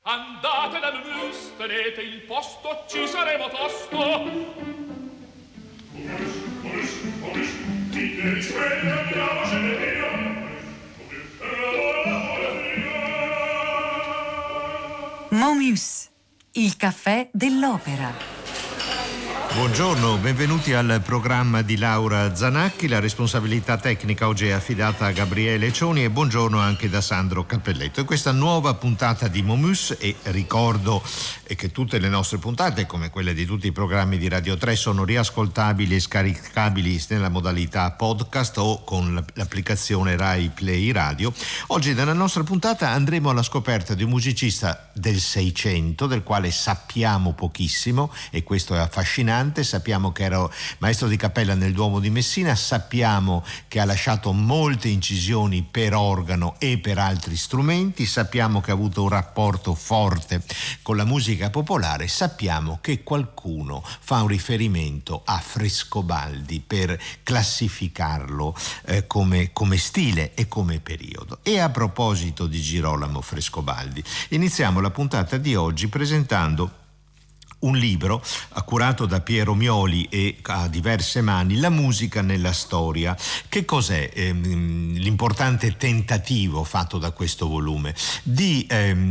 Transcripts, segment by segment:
Andate dal Mus, tenete il posto, ci saremo tosto. Momus, il caffè dell'opera. Buongiorno, benvenuti al programma di Laura Zanacchi. La responsabilità tecnica oggi è affidata a Gabriele Cioni e buongiorno anche da Sandro Cappelletto. In questa nuova puntata di Momus, e ricordo che tutte le nostre puntate, come quelle di tutti i programmi di Radio 3, sono riascoltabili e scaricabili nella modalità podcast o con l'applicazione Rai Play Radio. Oggi nella nostra puntata andremo alla scoperta di un musicista del Seicento, del quale sappiamo pochissimo, e questo è affascinante. Sappiamo che era maestro di cappella nel Duomo di Messina, sappiamo che ha lasciato molte incisioni per organo e per altri strumenti, sappiamo che ha avuto un rapporto forte con la musica popolare, sappiamo che qualcuno fa un riferimento a Frescobaldi per classificarlo come stile e come periodo. E a proposito di Girolamo Frescobaldi, iniziamo la puntata di oggi presentando un libro curato da Piero Mioli e a diverse mani, La musica nella storia. Che cos'è l'importante tentativo fatto da questo volume? Di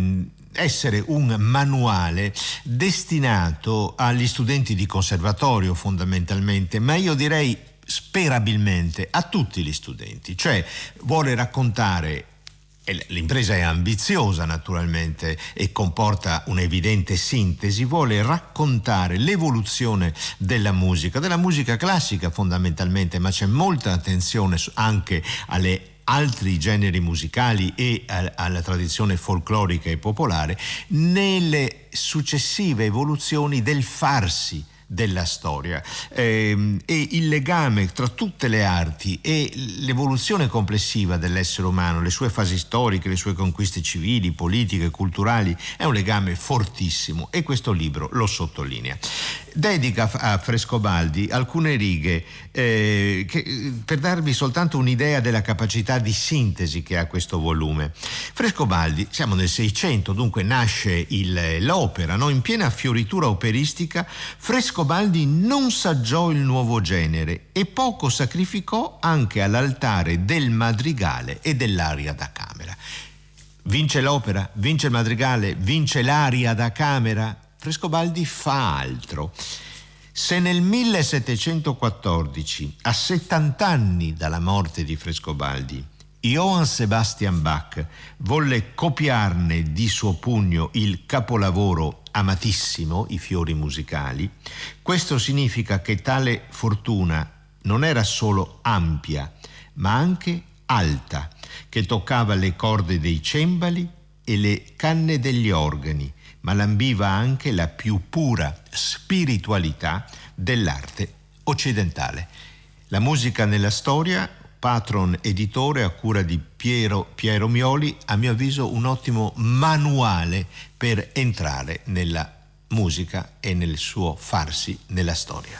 essere un manuale destinato agli studenti di conservatorio fondamentalmente, ma io direi sperabilmente a tutti gli studenti, cioè vuole raccontare. L'impresa è ambiziosa naturalmente e comporta un'evidente sintesi, vuole raccontare l'evoluzione della musica classica fondamentalmente, ma c'è molta attenzione anche alle altri generi musicali e alla tradizione folclorica e popolare nelle successive evoluzioni del farsi della storia, e il legame tra tutte le arti e l'evoluzione complessiva dell'essere umano, le sue fasi storiche, le sue conquiste civili, politiche, culturali, è un legame fortissimo e questo libro lo sottolinea. Dedica a Frescobaldi alcune righe per darvi soltanto un'idea della capacità di sintesi che ha questo volume. Frescobaldi, siamo nel Seicento, dunque nasce l'opera, no? In piena fioritura operistica. Frescobaldi non saggiò il nuovo genere e poco sacrificò anche all'altare del madrigale e dell'aria da camera. Vince l'opera, vince il madrigale, vince l'aria da camera. Frescobaldi fa altro. Se nel 1714, a 70 anni dalla morte di Frescobaldi, Johann Sebastian Bach volle copiarne di suo pugno il capolavoro amatissimo, I fiori musicali, questo significa che tale fortuna non era solo ampia, ma anche alta, che toccava le corde dei cembali e le canne degli organi, ma lambiva anche la più pura spiritualità dell'arte occidentale. La musica nella storia, Patron editore a cura di Piero Mioli, a mio avviso un ottimo manuale per entrare nella musica e nel suo farsi nella storia.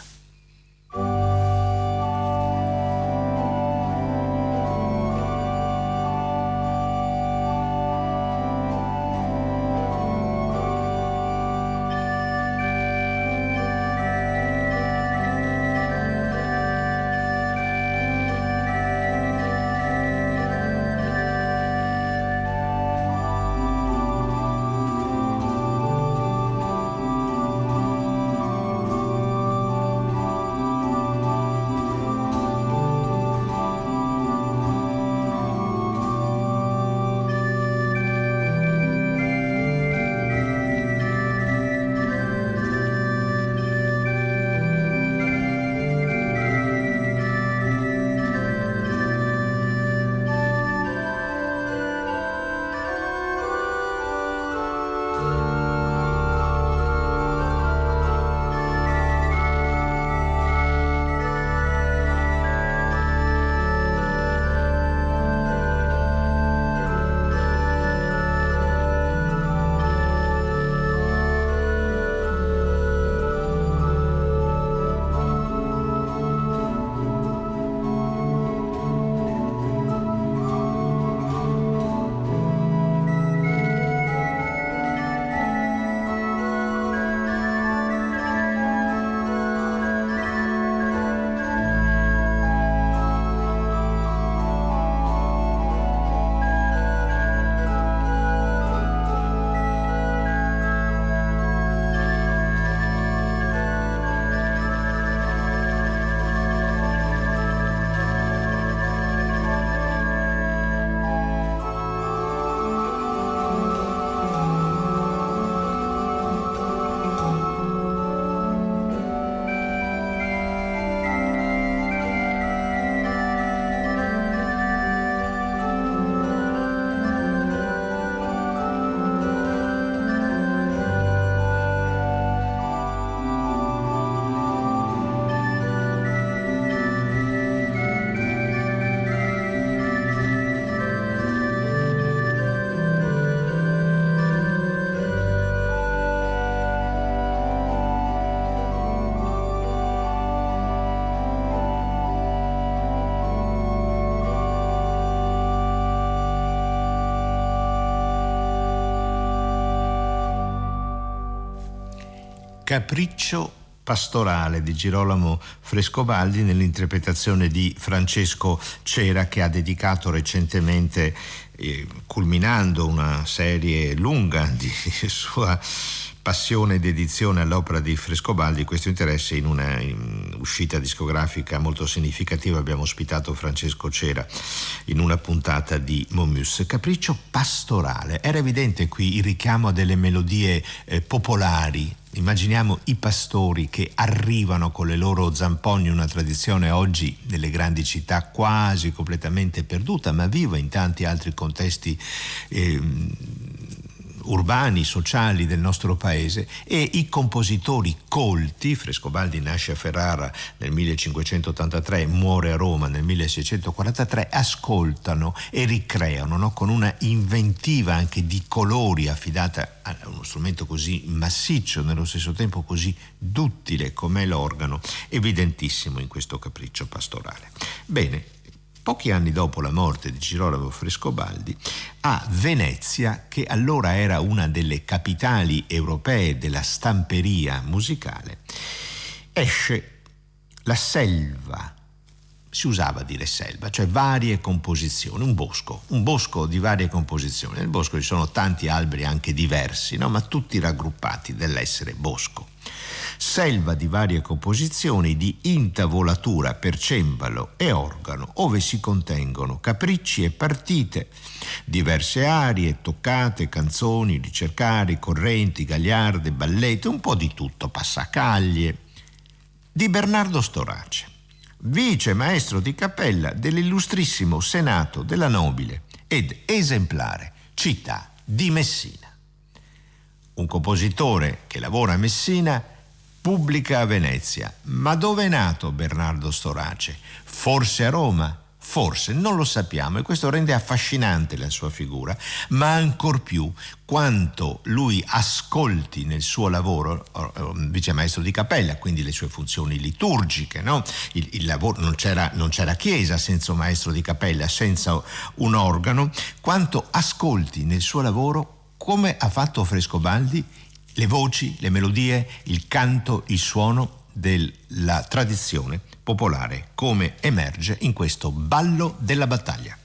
Capriccio pastorale di Girolamo Frescobaldi nell'interpretazione di Francesco Cera, che ha dedicato recentemente, culminando una serie lunga di sua passione ed dedizione all'opera di Frescobaldi, questo interesse in una uscita discografica molto significativa. Abbiamo ospitato Francesco Cera in una puntata di Momus. Capriccio pastorale, era evidente qui il richiamo a delle melodie popolari. Immaginiamo i pastori che arrivano con le loro zampogni, una tradizione oggi nelle grandi città quasi completamente perduta, ma viva in tanti altri contesti urbani, sociali del nostro paese, e i compositori colti. Frescobaldi nasce a Ferrara nel 1583, muore a Roma nel 1643, ascoltano e ricreano, no? Con una inventiva anche di colori affidata a uno strumento così massiccio, nello stesso tempo così duttile come l'organo, evidentissimo in questo capriccio pastorale. Bene, pochi anni dopo la morte di Girolamo Frescobaldi, a Venezia, che allora era una delle capitali europee della stamperia musicale, esce la selva. Si usava dire selva, cioè varie composizioni, un bosco di varie composizioni. Nel bosco ci sono tanti alberi anche diversi, no? Ma tutti raggruppati dell'essere bosco. Selva di varie composizioni di intavolatura per cembalo e organo, ove si contengono capricci e partite, diverse arie, toccate, canzoni, ricercari, correnti, gagliarde, ballette, un po' di tutto, passacaglie, di Bernardo Storace, vice maestro di cappella dell'illustrissimo Senato della nobile ed esemplare città di Messina. Un compositore che lavora a Messina, pubblica a Venezia. Ma dove è nato Bernardo Storace? Forse a Roma? Forse, non lo sappiamo, e questo rende affascinante la sua figura, ma ancor più quanto lui ascolti nel suo lavoro, vice maestro di cappella, quindi le sue funzioni liturgiche, no? Il lavoro, non c'era chiesa senza un maestro di cappella, senza un organo, quanto ascolti nel suo lavoro, come ha fatto Frescobaldi, le voci, le melodie, il canto, il suono della tradizione popolare, come emerge in questo Ballo della battaglia.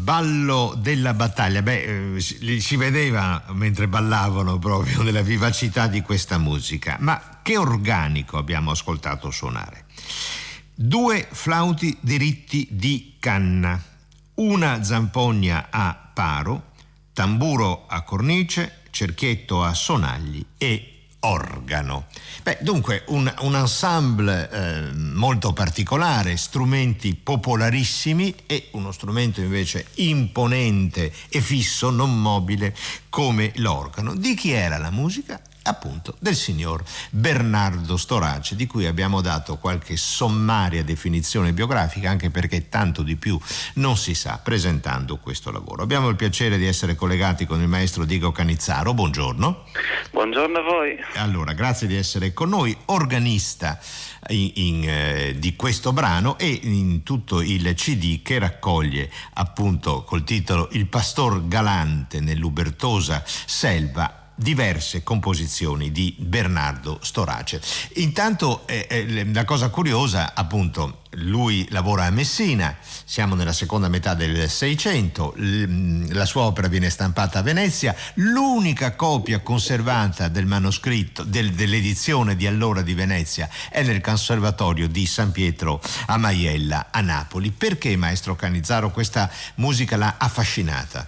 ballo della battaglia. Si vedeva mentre ballavano proprio della vivacità di questa musica. Ma che organico abbiamo ascoltato suonare? 2 flauti diritti di canna, una zampogna a paro, tamburo a cornice, cerchietto a sonagli e organo. Dunque un ensemble molto particolare, strumenti popolarissimi e uno strumento invece imponente e fisso, non mobile, come l'organo. Di chi era la musica? Appunto del signor Bernardo Storace, di cui abbiamo dato qualche sommaria definizione biografica, anche perché tanto di più non si sa presentando questo lavoro. Abbiamo il piacere di essere collegati con il maestro Diego Canizzaro. Buongiorno. Buongiorno a voi. Allora, grazie di essere con noi, organista di questo brano e in tutto il CD che raccoglie appunto col titolo Il pastor galante nell'ubertosa selva diverse composizioni di Bernardo Storace. Intanto la cosa curiosa, appunto, lui lavora a Messina, siamo nella seconda metà del Seicento, la sua opera viene stampata a Venezia, l'unica copia conservata del manoscritto dell'edizione di allora di Venezia è nel Conservatorio di San Pietro a Maiella a Napoli. Perché, maestro Canizzaro, questa musica l'ha affascinata?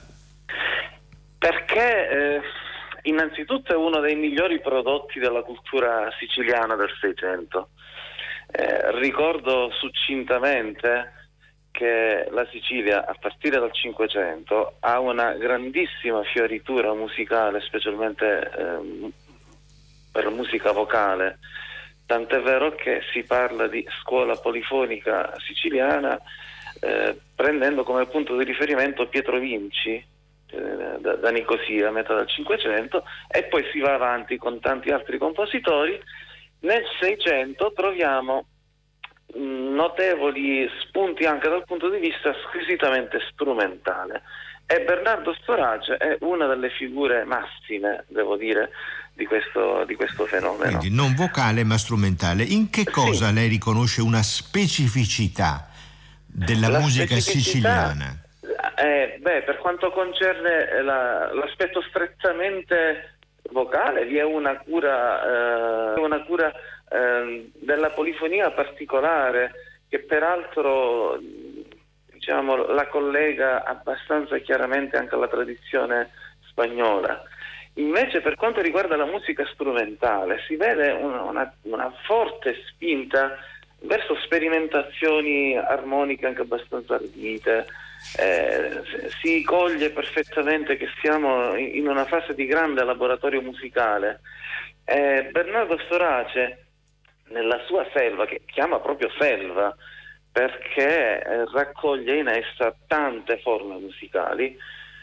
Perché innanzitutto è uno dei migliori prodotti della cultura siciliana del Seicento. Ricordo succintamente che la Sicilia, a partire dal Cinquecento, ha una grandissima fioritura musicale, specialmente per musica vocale, tant'è vero che si parla di scuola polifonica siciliana prendendo come punto di riferimento Pietro Vinci, da Nicosia a metà del Cinquecento, e poi si va avanti con tanti altri compositori. Nel Seicento troviamo notevoli spunti anche dal punto di vista squisitamente strumentale, e Bernardo Storace è una delle figure massime, devo dire, di questo fenomeno. Quindi non vocale ma strumentale. In che cosa lei riconosce una specificità della musica siciliana? Per quanto concerne l'aspetto strettamente vocale, vi è una cura della polifonia particolare, che peraltro la collega abbastanza chiaramente anche alla tradizione spagnola. Invece, per quanto riguarda la musica strumentale, si vede una forte spinta verso sperimentazioni armoniche anche abbastanza ardite. Si coglie perfettamente che siamo in una fase di grande laboratorio musicale. Bernardo Storace, nella sua selva, che chiama proprio selva perché raccoglie in essa tante forme musicali,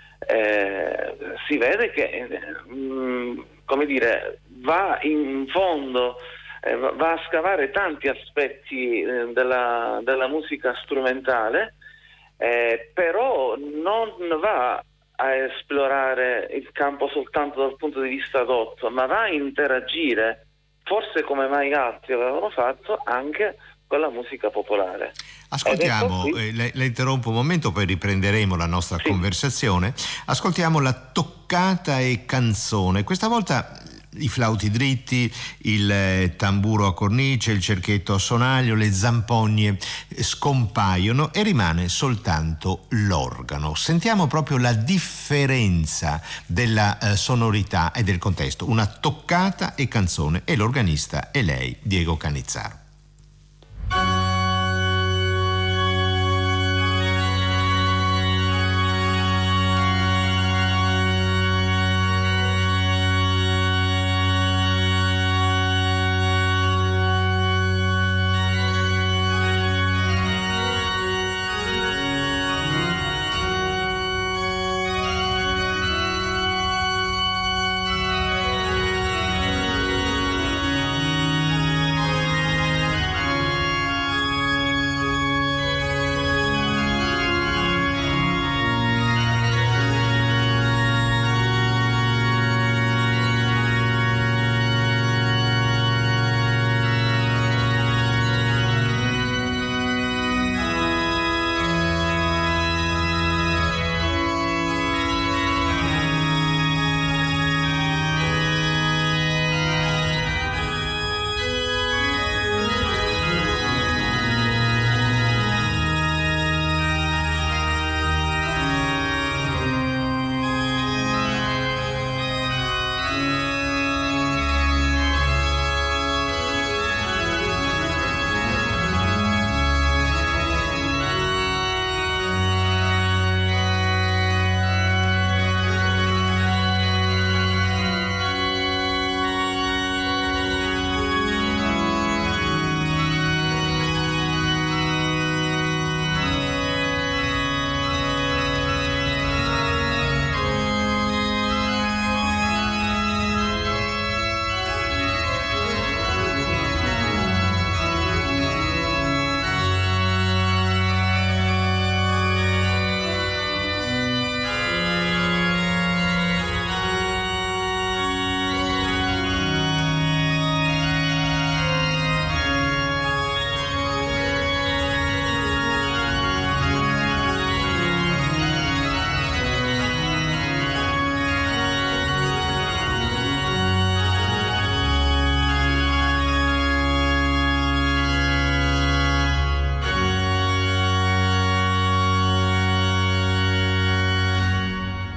si vede che va in fondo, va a scavare tanti aspetti della musica strumentale, però non va a esplorare il campo soltanto dal punto di vista dotto, ma va a interagire, forse come mai altri avevano fatto, anche con la musica popolare. Ascoltiamo, le interrompo un momento, poi riprenderemo la nostra conversazione. Ascoltiamo la toccata e canzone. Questa volta i flauti dritti, il tamburo a cornice, il cerchietto a sonaglio, le zampogne scompaiono e rimane soltanto l'organo. Sentiamo proprio la differenza della sonorità e del contesto. Una toccata e canzone, e l'organista è lei, Diego Canizzaro.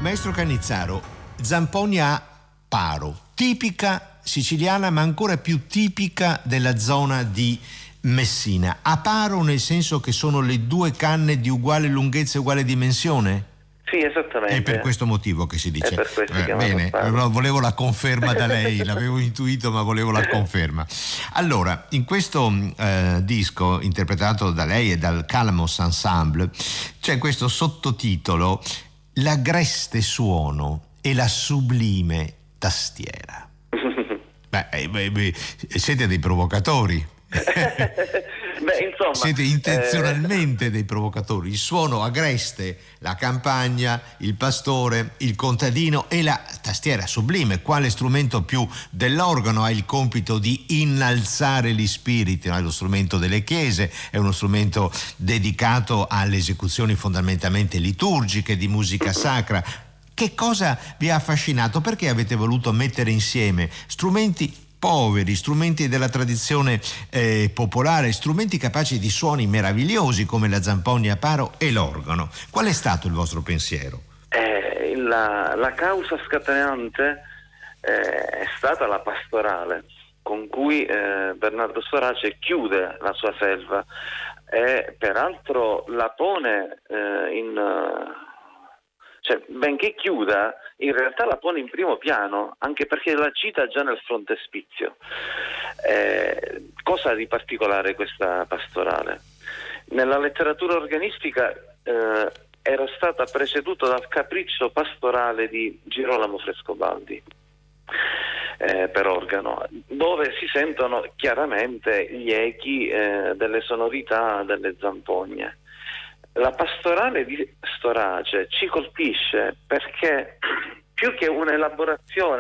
Maestro Cannizzaro, Zampogna a Paro, tipica siciliana ma ancora più tipica della zona di Messina. A paro nel senso che sono le due canne di uguale lunghezza e uguale dimensione? Sì, esattamente. È per questo motivo che si dice. È per questo che bene, volevo la conferma da lei, l'avevo intuito ma volevo la conferma. Allora, in questo disco interpretato da lei e dal Calamos Ensemble c'è questo sottotitolo: L'agreste suono e la sublime tastiera. Siete dei provocatori. Insomma, siete intenzionalmente dei provocatori. Il suono agreste, la campagna, il pastore, il contadino, e la tastiera sublime, quale strumento più dell'organo, ha il compito di innalzare gli spiriti, no? È lo strumento delle chiese, è uno strumento dedicato alle esecuzioni fondamentalmente liturgiche di musica sacra. Che cosa vi ha affascinato? Perché avete voluto mettere insieme strumenti poveri, strumenti della tradizione popolare, strumenti capaci di suoni meravigliosi come la zampogna a paro e l'organo? Qual è stato il vostro pensiero? La causa scatenante è stata la pastorale con cui Bernardo Storace chiude la sua selva, e peraltro la pone benché chiuda, in realtà la pone in primo piano, anche perché la cita già nel frontespizio. Cosa di particolare questa pastorale? Nella letteratura organistica era stata preceduta dal capriccio pastorale di Girolamo Frescobaldi per organo, dove si sentono chiaramente gli echi delle sonorità delle zampogne. La pastorale di Storace ci colpisce perché più che un'elaborazione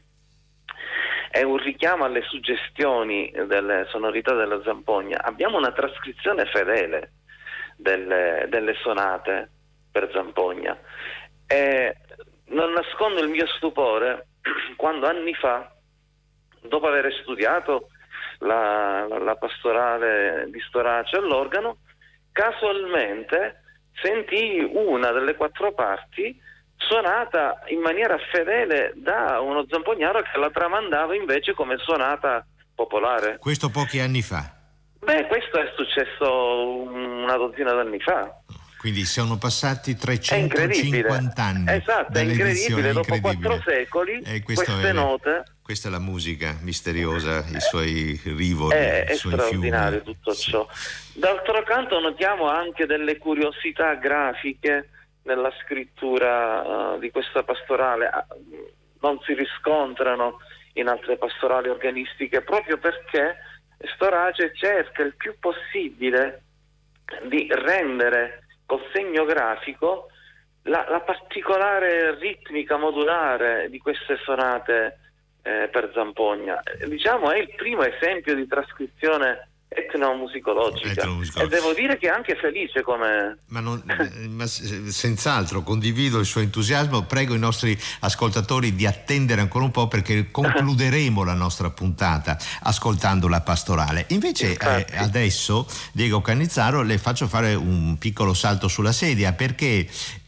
è un richiamo alle suggestioni delle sonorità della zampogna, abbiamo una trascrizione fedele delle sonate per zampogna. E non nascondo il mio stupore quando anni fa, dopo aver studiato la pastorale di Storace all'organo, casualmente sentii una delle 4 parti suonata in maniera fedele da uno zampognaro che la tramandava invece come suonata popolare. Questo pochi anni fa? Questo è successo una dozzina d'anni fa. Quindi sono passati 350 anni. Esatto, è incredibile. Dopo 4 secoli queste note. Questa è la musica misteriosa, i suoi rivoli, è i suoi straordinario fiumi. tutto ciò. D'altro canto notiamo anche delle curiosità grafiche nella scrittura di questa pastorale. Non si riscontrano in altre pastorali organistiche, proprio perché Storace cerca il più possibile di rendere col segno grafico la particolare ritmica modulare di queste sonate per zampogna. Diciamo è il primo esempio di trascrizione etnomusicologica. E devo dire che è anche felice come... Ma senz'altro condivido il suo entusiasmo. Prego i nostri ascoltatori di attendere ancora un po', perché concluderemo la nostra puntata ascoltando la pastorale. Invece adesso, Diego Cannizzaro, le faccio fare un piccolo salto sulla sedia, perché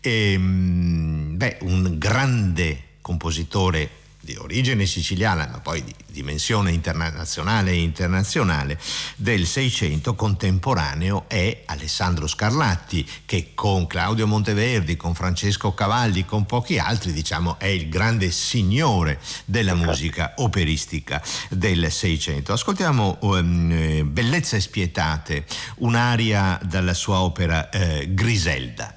un grande compositore di origine siciliana, ma poi di dimensione internazionale e internazionale del Seicento contemporaneo, è Alessandro Scarlatti, che con Claudio Monteverdi, con Francesco Cavalli, con pochi altri, diciamo, è il grande signore della musica operistica del Seicento. Ascoltiamo Bellezze spietate, un'aria dalla sua opera Griselda.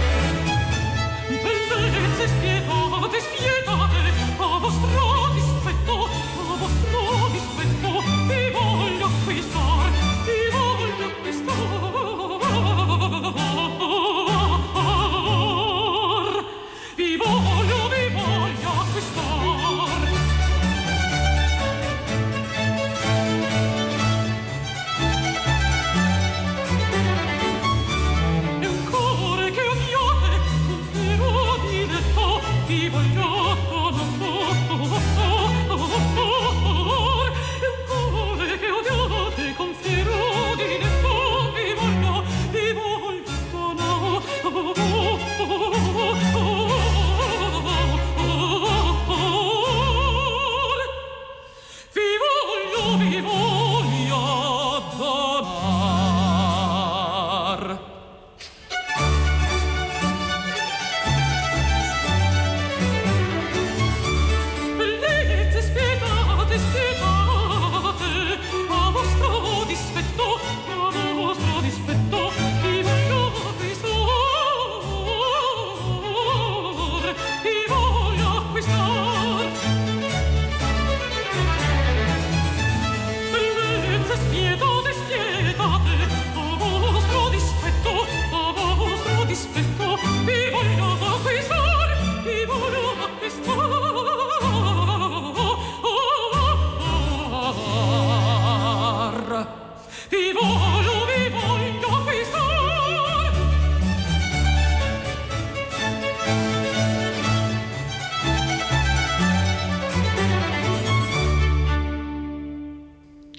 Spietate, a vostro dispetto.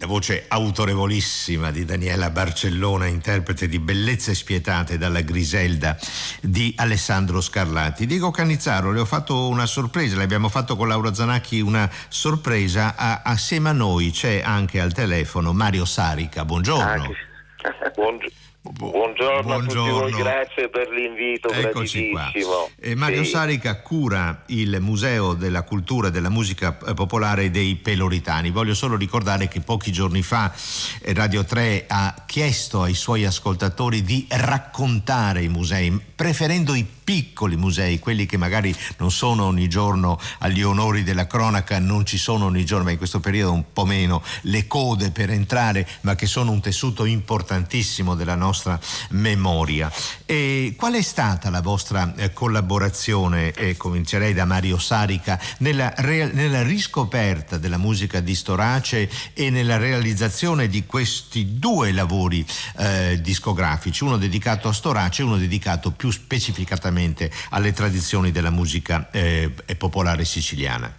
la voce autorevolissima di Daniela Barcellona, interprete di Bellezze spietate dalla Griselda di Alessandro Scarlatti. Diego Cannizzaro, le ho fatto una sorpresa, le abbiamo fatto con Laura Zanacchi una sorpresa. Assieme a noi c'è anche al telefono Mario Sarica. Buongiorno. Buongiorno a tutti voi, grazie per l'invito. Eccoci qua. Mario Sarica cura il Museo della Cultura e della Musica Popolare dei Peloritani. Voglio solo ricordare che pochi giorni fa Radio 3 ha chiesto ai suoi ascoltatori di raccontare i musei, preferendo i piccoli musei, quelli che magari non sono ogni giorno agli onori della cronaca, non ci sono ogni giorno, ma in questo periodo un po' meno, le code per entrare, ma che sono un tessuto importantissimo della nostra memoria. E qual è stata la vostra collaborazione, comincerei da Mario Sarica, nella riscoperta della musica di Storace e nella realizzazione di questi due lavori discografici, uno dedicato a Storace e uno dedicato più specificatamente alle tradizioni della musica popolare siciliana?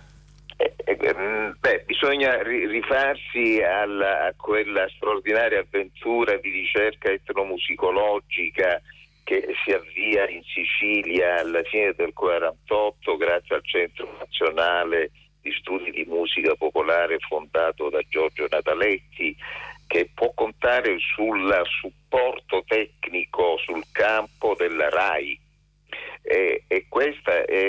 Bisogna rifarsi a quella straordinaria avventura di ricerca etnomusicologica che si avvia in Sicilia alla fine del 48 grazie al Centro Nazionale di Studi di Musica Popolare fondato da Giorgio Nataletti, che può contare sul supporto tecnico sul campo della RAI. E questa è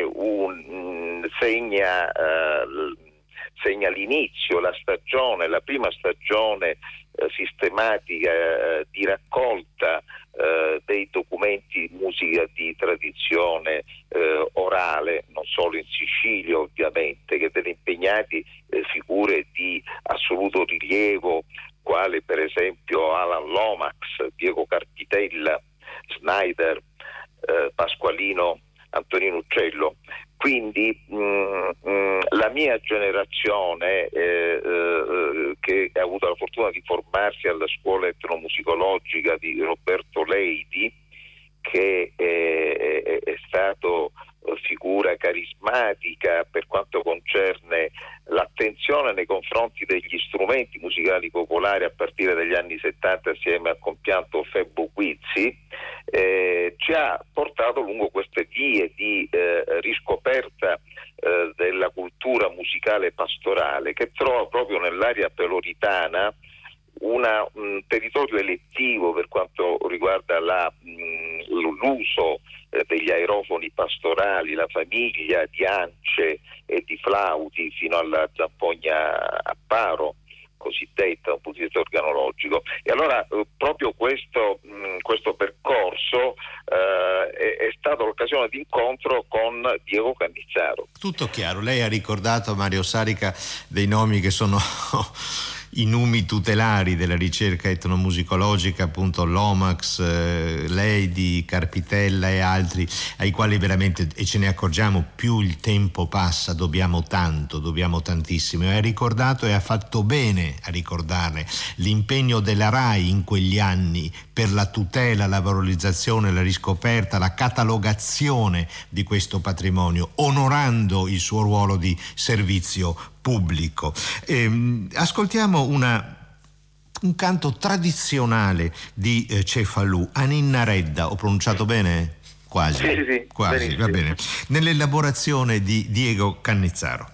segna l'inizio, la prima stagione sistematica di raccolta dei documenti di musica di tradizione orale, non solo in Sicilia ovviamente, che vede impegnati figure di assoluto rilievo, quali per esempio Alan Lomax, Diego Carpitella, Snyder, Pasqualino, Antonino Uccello. Quindi la mia generazione che ha avuto la fortuna di formarsi alla scuola etnomusicologica di Roberto Leidi, che è stato figura carismatica per quanto concerne l'attenzione nei confronti degli strumenti musicali popolari a partire dagli anni 70 assieme al compianto Febbo Guizzi, ci ha portato lungo queste vie di riscoperta della cultura musicale pastorale, che trova proprio nell'area peloritana un territorio elettivo per quanto riguarda l'uso degli aerofoni pastorali, la famiglia di ance e di flauti fino alla zampogna a paro cosiddetta, un punto di vista organologico. E allora proprio questo percorso è stata l'occasione di incontro con Diego Cannizzaro. Tutto chiaro, lei ha ricordato, Mario Sarica, dei nomi che sono i numi tutelari della ricerca etnomusicologica, appunto Lomax, Leidi, Carpitella e altri, ai quali veramente, e ce ne accorgiamo, più il tempo passa, dobbiamo tantissimo. E ha ricordato, e ha fatto bene a ricordarne, l'impegno della RAI in quegli anni per la tutela, la valorizzazione, la riscoperta, la catalogazione di questo patrimonio, onorando il suo ruolo di servizio pubblico. Ascoltiamo un canto tradizionale di Cefalù, Aninna Redda. Ho pronunciato bene? Quasi. Sì, quasi, benissimo. Va bene. Nell'elaborazione di Diego Cannizzaro.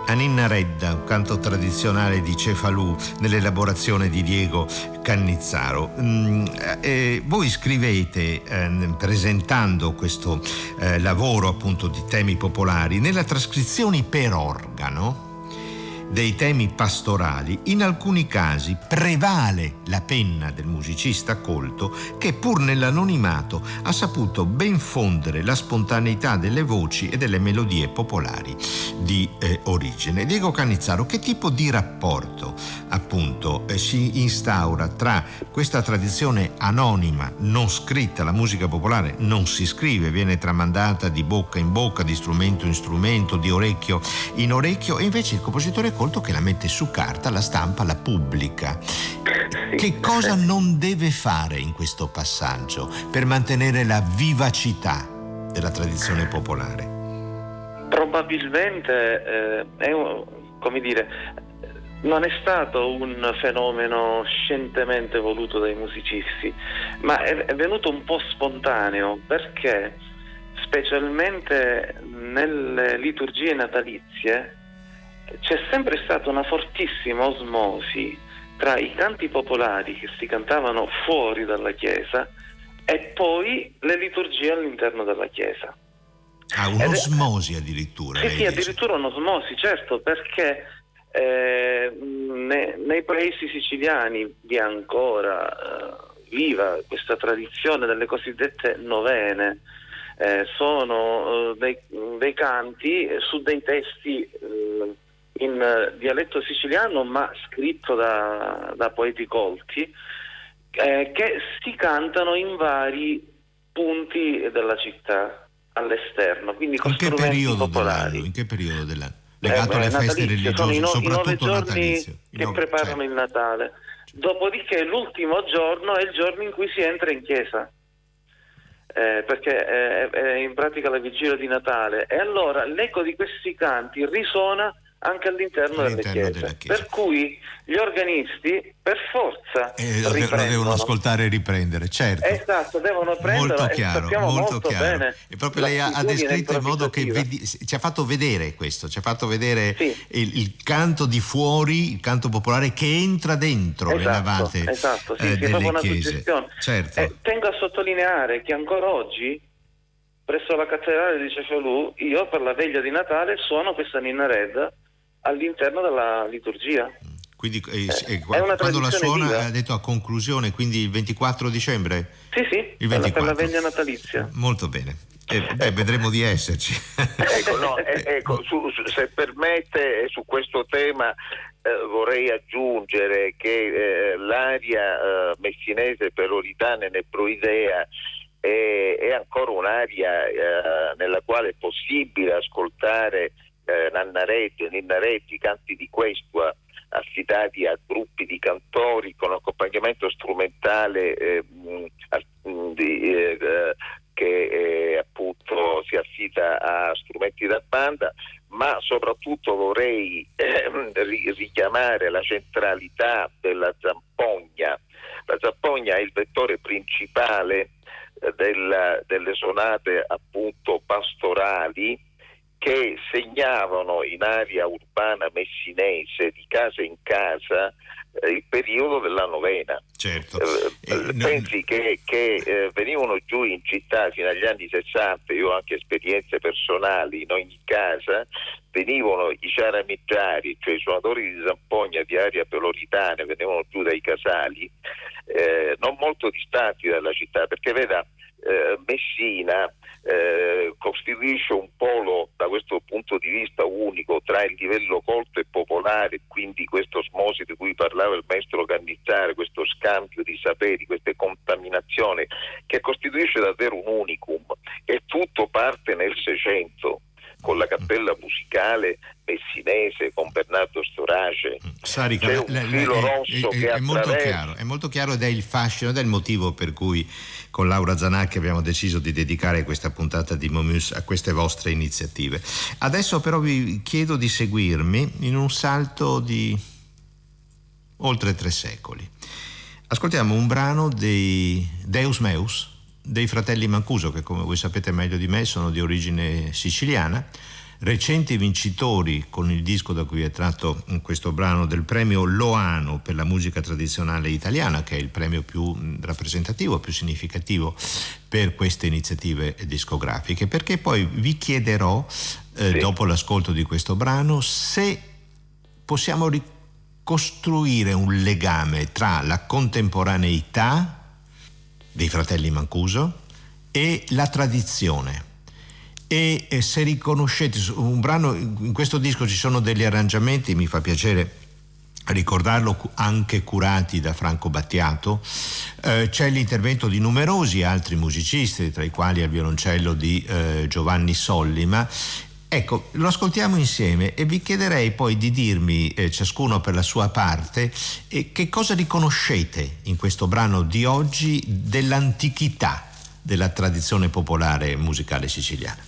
Ninna Redda, un canto tradizionale di Cefalù nell'elaborazione di Diego Cannizzaro. Voi scrivete, presentando questo lavoro appunto di temi popolari, nella trascrizione per organo dei temi pastorali, in alcuni casi prevale la penna del musicista colto che, pur nell'anonimato, ha saputo ben fondere la spontaneità delle voci e delle melodie popolari di origine. Diego Cannizzaro, che tipo di rapporto appunto si instaura tra questa tradizione anonima, non scritta? La musica popolare non si scrive, viene tramandata di bocca in bocca, di strumento in strumento, di orecchio in orecchio, e invece il compositore colto che la mette su carta, la stampa, la pubblica. Che cosa non deve fare in questo passaggio per mantenere la vivacità della tradizione popolare? Probabilmente non è stato un fenomeno scientemente voluto dai musicisti, ma è venuto un po' spontaneo, perché specialmente nelle liturgie natalizie c'è sempre stata una fortissima osmosi tra i canti popolari che si cantavano fuori dalla chiesa e poi le liturgie all'interno della chiesa. Un'osmosi addirittura. Sì, addirittura un'osmosi, certo, perché nei paesi siciliani vi è ancora viva questa tradizione delle cosiddette novene. Sono dei canti su dei testi in dialetto siciliano, ma scritto da poeti colti, che si cantano in vari punti della città all'esterno, quindi con strumenti popolari. In che periodo dell'anno? Legato alle feste religiose, soprattutto natalizie. Che preparano il Natale. Dopodiché l'ultimo giorno è il giorno in cui si entra in chiesa, perché è in pratica la vigilia di Natale, e allora l'eco di questi canti risuona anche all'interno della chiesa, per cui gli organisti per forza lo devono ascoltare e riprendere, certo. Esatto, devono prenderlo. Molto chiaro. Bene. E proprio lei ha descritto in modo che ci ha fatto vedere questo, ci ha fatto vedere il canto di fuori, il canto popolare che entra dentro le navate delle chiese. Certo. Tengo a sottolineare che ancora oggi presso la cattedrale di Cefalù io per la veglia di Natale suono questa Ninna Redda all'interno della liturgia. Quindi quando la suona viva. Ha detto a conclusione, quindi il 24 dicembre? Sì, il 24. Per la veglia natalizia. Molto bene. Vedremo di esserci. Se permette, su questo tema vorrei aggiungere che l'aria messinese peloritana e neproidea è ancora un'aria nella quale è possibile ascoltare Ninna Redda, canti di questua affidati a gruppi di cantori con accompagnamento strumentale che appunto si affida a strumenti da banda, ma soprattutto vorrei richiamare la centralità della zampogna. La zampogna è il vettore principale delle sonate appunto pastorali, che segnavano in area urbana messinese, di casa in casa, il periodo della novena. Certo. Pensi che venivano giù in città fino agli anni 60, io ho anche esperienze personali, in ogni casa venivano i ciarameggiari, cioè i suonatori di zampogna di area peloritana, venivano giù dai casali, non molto distanti dalla città, perché veda, Messina costituisce un polo da questo punto di vista unico tra il livello colto e popolare, quindi questo osmosi di cui parlava il maestro Cannizzaro, questo scambio di saperi, queste contaminazioni, che costituisce davvero un unicum, e tutto parte nel Seicento con la cappella musicale messinese, con Bernardo Storace. Sarica, c'è un filo rosso che è molto chiaro, ed è il fascino, ed è il motivo per cui con Laura Zanacchi abbiamo deciso di dedicare questa puntata di Momus a queste vostre iniziative. Adesso però vi chiedo di seguirmi in un salto di oltre 3 secoli. Ascoltiamo un brano dei Deus Meus, dei fratelli Mancuso, che come voi sapete meglio di me sono di origine siciliana. recenti vincitori con il disco da cui è tratto questo brano del premio Loano per la musica tradizionale italiana, che è il premio più rappresentativo, più significativo per queste iniziative discografiche, perché poi vi chiederò, dopo l'ascolto di questo brano, se possiamo ricostruire un legame tra la contemporaneità dei fratelli Mancuso e la tradizione. E se riconoscete un brano, in questo disco ci sono degli arrangiamenti, mi fa piacere ricordarlo, anche curati da Franco Battiato. C'è l'intervento di numerosi altri musicisti, tra i quali al violoncello di Giovanni Sollima. Ecco, lo ascoltiamo insieme e vi chiederei poi di dirmi, ciascuno per la sua parte, che cosa riconoscete in questo brano di oggi dell'antichità della tradizione popolare musicale siciliana.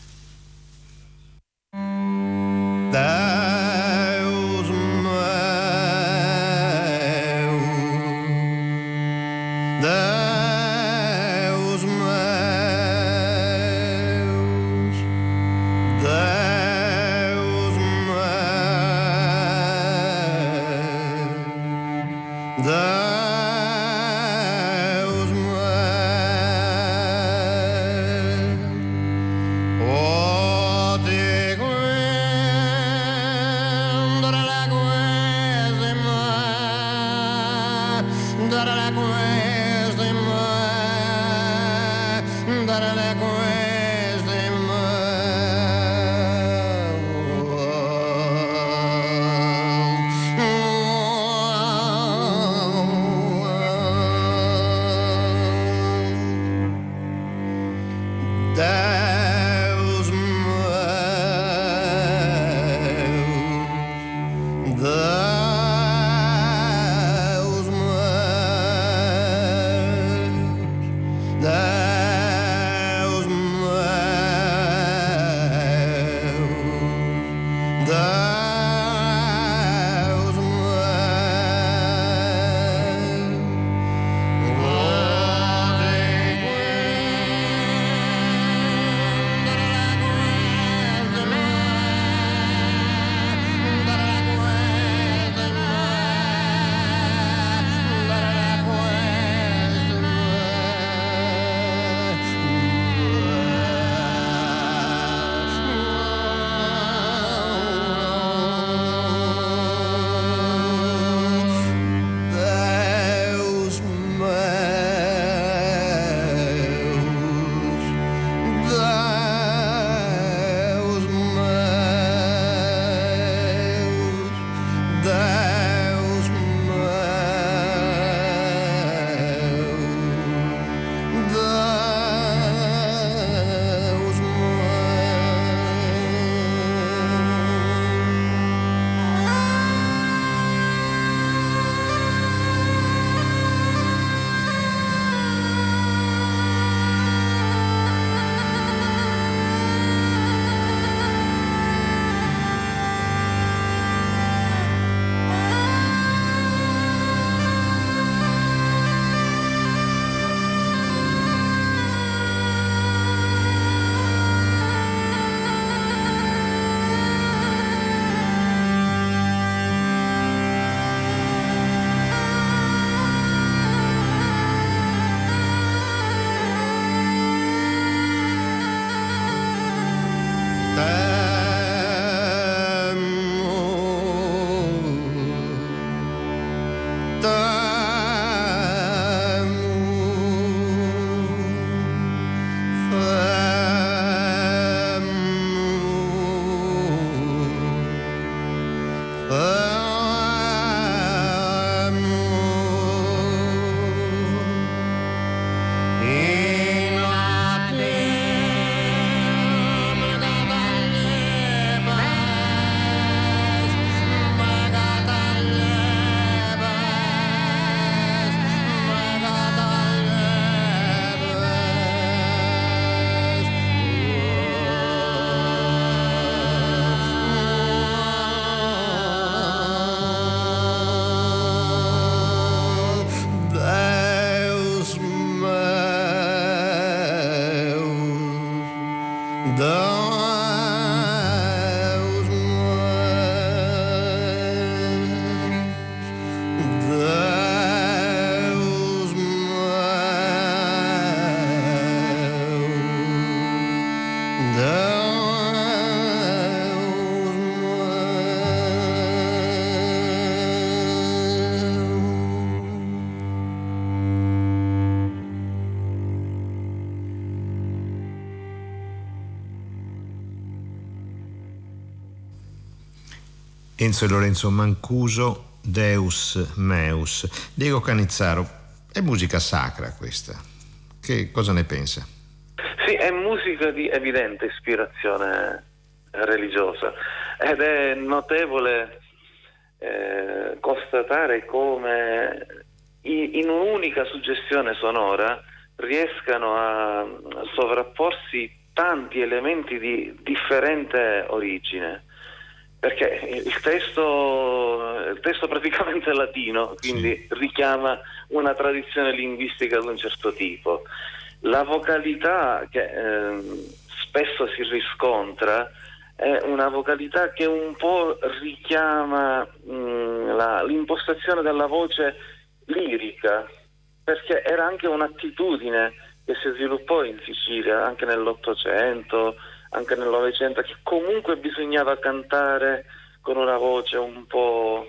Enzo e Lorenzo Mancuso, Deus Meus. Diego Canizzaro, è musica sacra questa? Che cosa ne pensa? Sì, è musica di evidente ispirazione religiosa ed è notevole constatare come in un'unica suggestione sonora riescano a sovrapporsi tanti elementi di differente origine, perché il testo praticamente è latino, quindi richiama una tradizione linguistica di un certo tipo. La vocalità che spesso si riscontra è una vocalità che un po' richiama l'impostazione della voce lirica, perché era anche un'attitudine che si sviluppò in Sicilia anche nell'Ottocento, anche nel Novecento, che comunque bisognava cantare con una voce un po'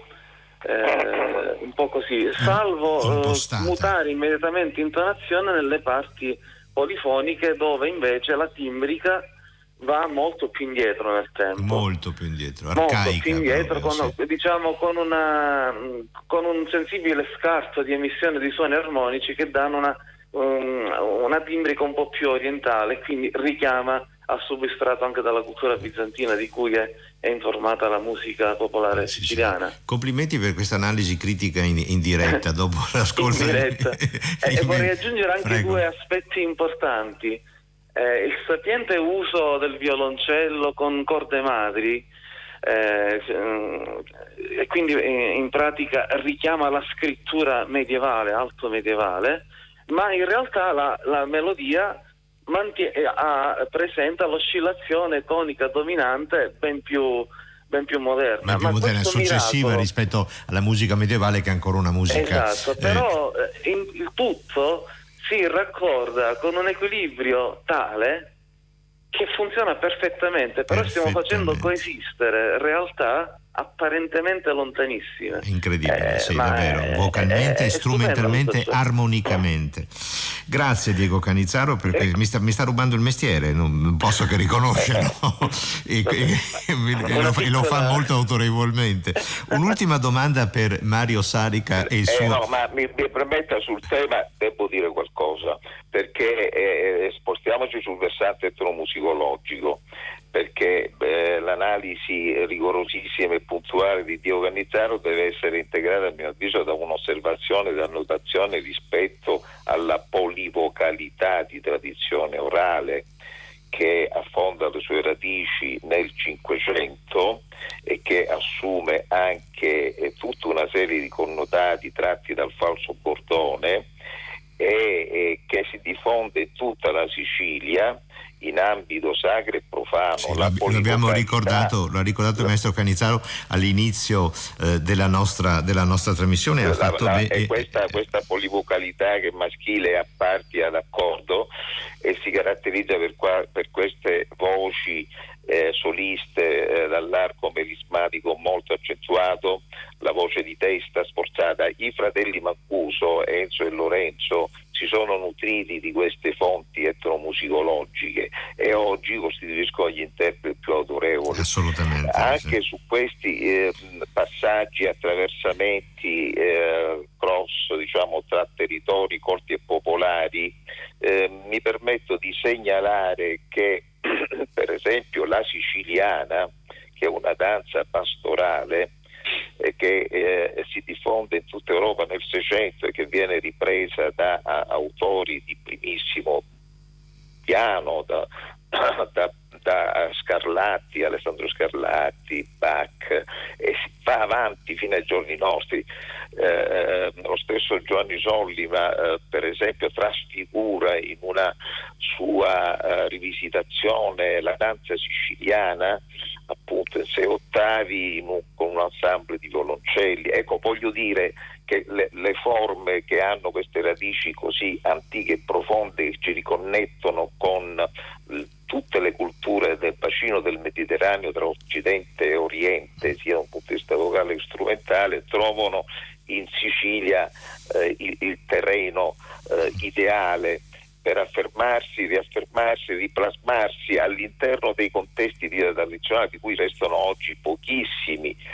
così, salvo mutare immediatamente intonazione nelle parti polifoniche, dove invece la timbrica va molto più indietro nel tempo, molto più indietro, arcaica, molto più indietro, proprio, con un sensibile scarto di emissione di suoni armonici che danno una timbrica un po' più orientale, quindi richiama al substrato anche dalla cultura bizantina di cui è informata la musica popolare siciliana. Complimenti per questa analisi critica in diretta dopo l'ascolto. E vorrei aggiungere anche due aspetti importanti. Il sapiente uso del violoncello con corde madri e quindi in pratica richiama la scrittura medievale, alto medievale, ma in realtà la melodia presenta l'oscillazione tonica dominante ben più moderna, successiva rispetto alla musica medievale, che è ancora una musica. Esatto, però il tutto si raccorda con un equilibrio tale che funziona perfettamente, però stiamo facendo coesistere realtà apparentemente lontanissime. Incredibile, sì, davvero, vocalmente, strumentalmente, armonicamente. Grazie Diego Canizzaro, perché mi sta rubando il mestiere, non posso che riconoscerlo e lo fa molto autorevolmente. Un'ultima domanda per Mario Sarica e il suo... No, ma mi permetta, sul tema devo dire qualcosa, perché spostiamoci sul versante etnomusicologico, perché l'analisi rigorosissima e puntuale di Diego Canizzaro deve essere integrata, a mio avviso, da un'osservazione, da notazione rispetto alla polivocalità di tradizione orale che affonda le sue radici nel Cinquecento e che assume anche tutta una serie di connotati tratti dal falso bordone e che si diffonde in tutta la Sicilia in ambito sacro e profano. Sì, lo abbiamo ricordato, lo ha ricordato il maestro Canizzaro all'inizio della nostra trasmissione. Questa polivocalità che è maschile a parti ad accordo e si caratterizza per queste voci soliste dall'arco melismatico molto accentuato, la voce di testa sforzata. I fratelli Mancuso, Enzo e Lorenzo, si sono nutriti di queste fonti etnomusicologiche e oggi costituiscono gli interpreti più autorevoli. Assolutamente. Anche su questi passaggi, attraversamenti, cross, diciamo, tra territori colti e popolari, mi permetto di segnalare che per esempio la siciliana, che è una danza pastorale che si diffonde in tutta Europa nel Seicento e che viene ripresa da autori di primissimo piano, da Scarlatti, Alessandro Scarlatti, Bach, e si va avanti fino ai giorni nostri. Lo stesso Giovanni Sollima, per esempio, trasfigura in una sua rivisitazione la danza siciliana, appunto in 6 ottavi con un ensemble di violoncelli. Ecco, voglio dire che le forme che hanno queste radici così antiche e profonde, che ci riconnettono con tutte le culture del bacino del Mediterraneo tra Occidente e Oriente, sia da un punto di vista vocale che strumentale, trovano in Sicilia il terreno ideale per affermarsi, riaffermarsi, riplasmarsi all'interno dei contesti di tradizionali, di cui restano oggi pochissimi,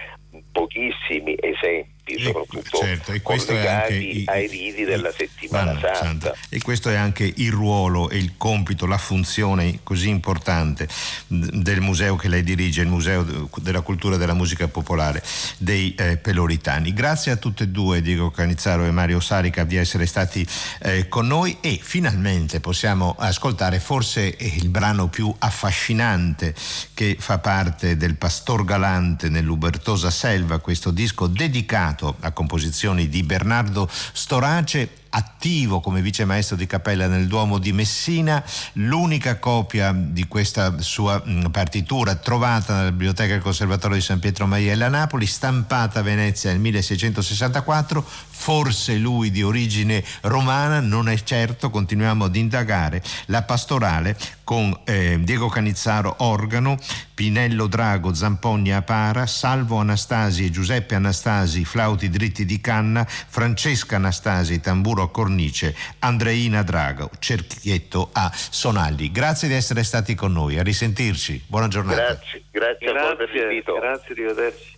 pochissimi esempi, soprattutto certo, e questo collegati ai riti della settimana santa. E questo è anche il ruolo e il compito, la funzione così importante del museo che lei dirige, il Museo della Cultura e della Musica Popolare dei Peloritani. Grazie a tutte e due, Diego Canizzaro e Mario Sarica, di essere stati con noi, e finalmente possiamo ascoltare forse il brano più affascinante che fa parte del Pastor Galante nell'Ubertosa Selva, questo disco dedicato a composizioni di Bernardo Storace, attivo come vice maestro di cappella nel Duomo di Messina. L'unica copia di questa sua partitura trovata nella biblioteca del Conservatorio di San Pietro Maiella a Napoli, stampata a Venezia nel 1664, forse lui di origine romana, non è certo, continuiamo ad indagare. La pastorale con Diego Canizzaro organo, Pinello Drago Zampogna a para, Salvo Anastasi e Giuseppe Anastasi flauti dritti di canna, Francesca Anastasi tamburo a cornice, Andreina Drago cerchietto a sonagli. Grazie di essere stati con noi, a risentirci, buona giornata. Grazie a voi per l'invito. Grazie, arrivederci.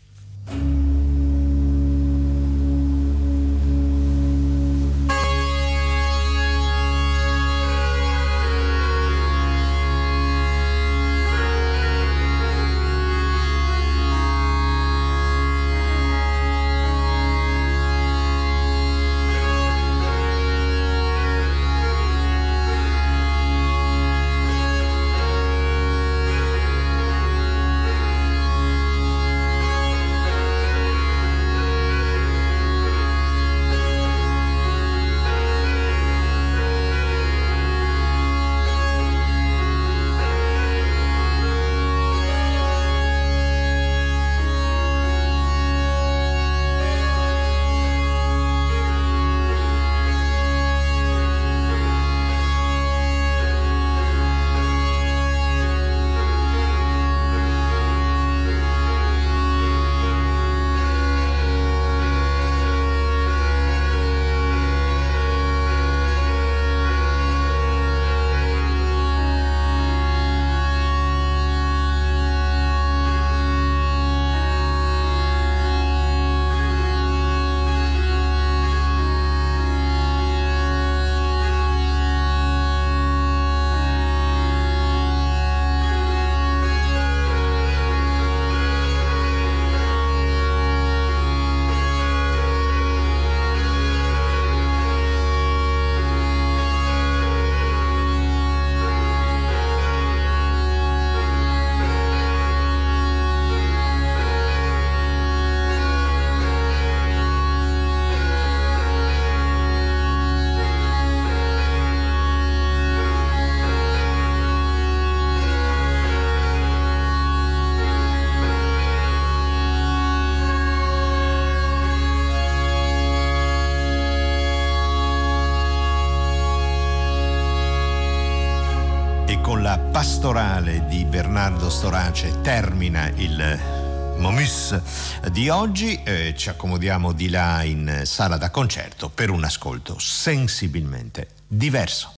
Pastorale di Bernardo Storace termina il Momus di oggi. Ci accomodiamo di là in sala da concerto per un ascolto sensibilmente diverso.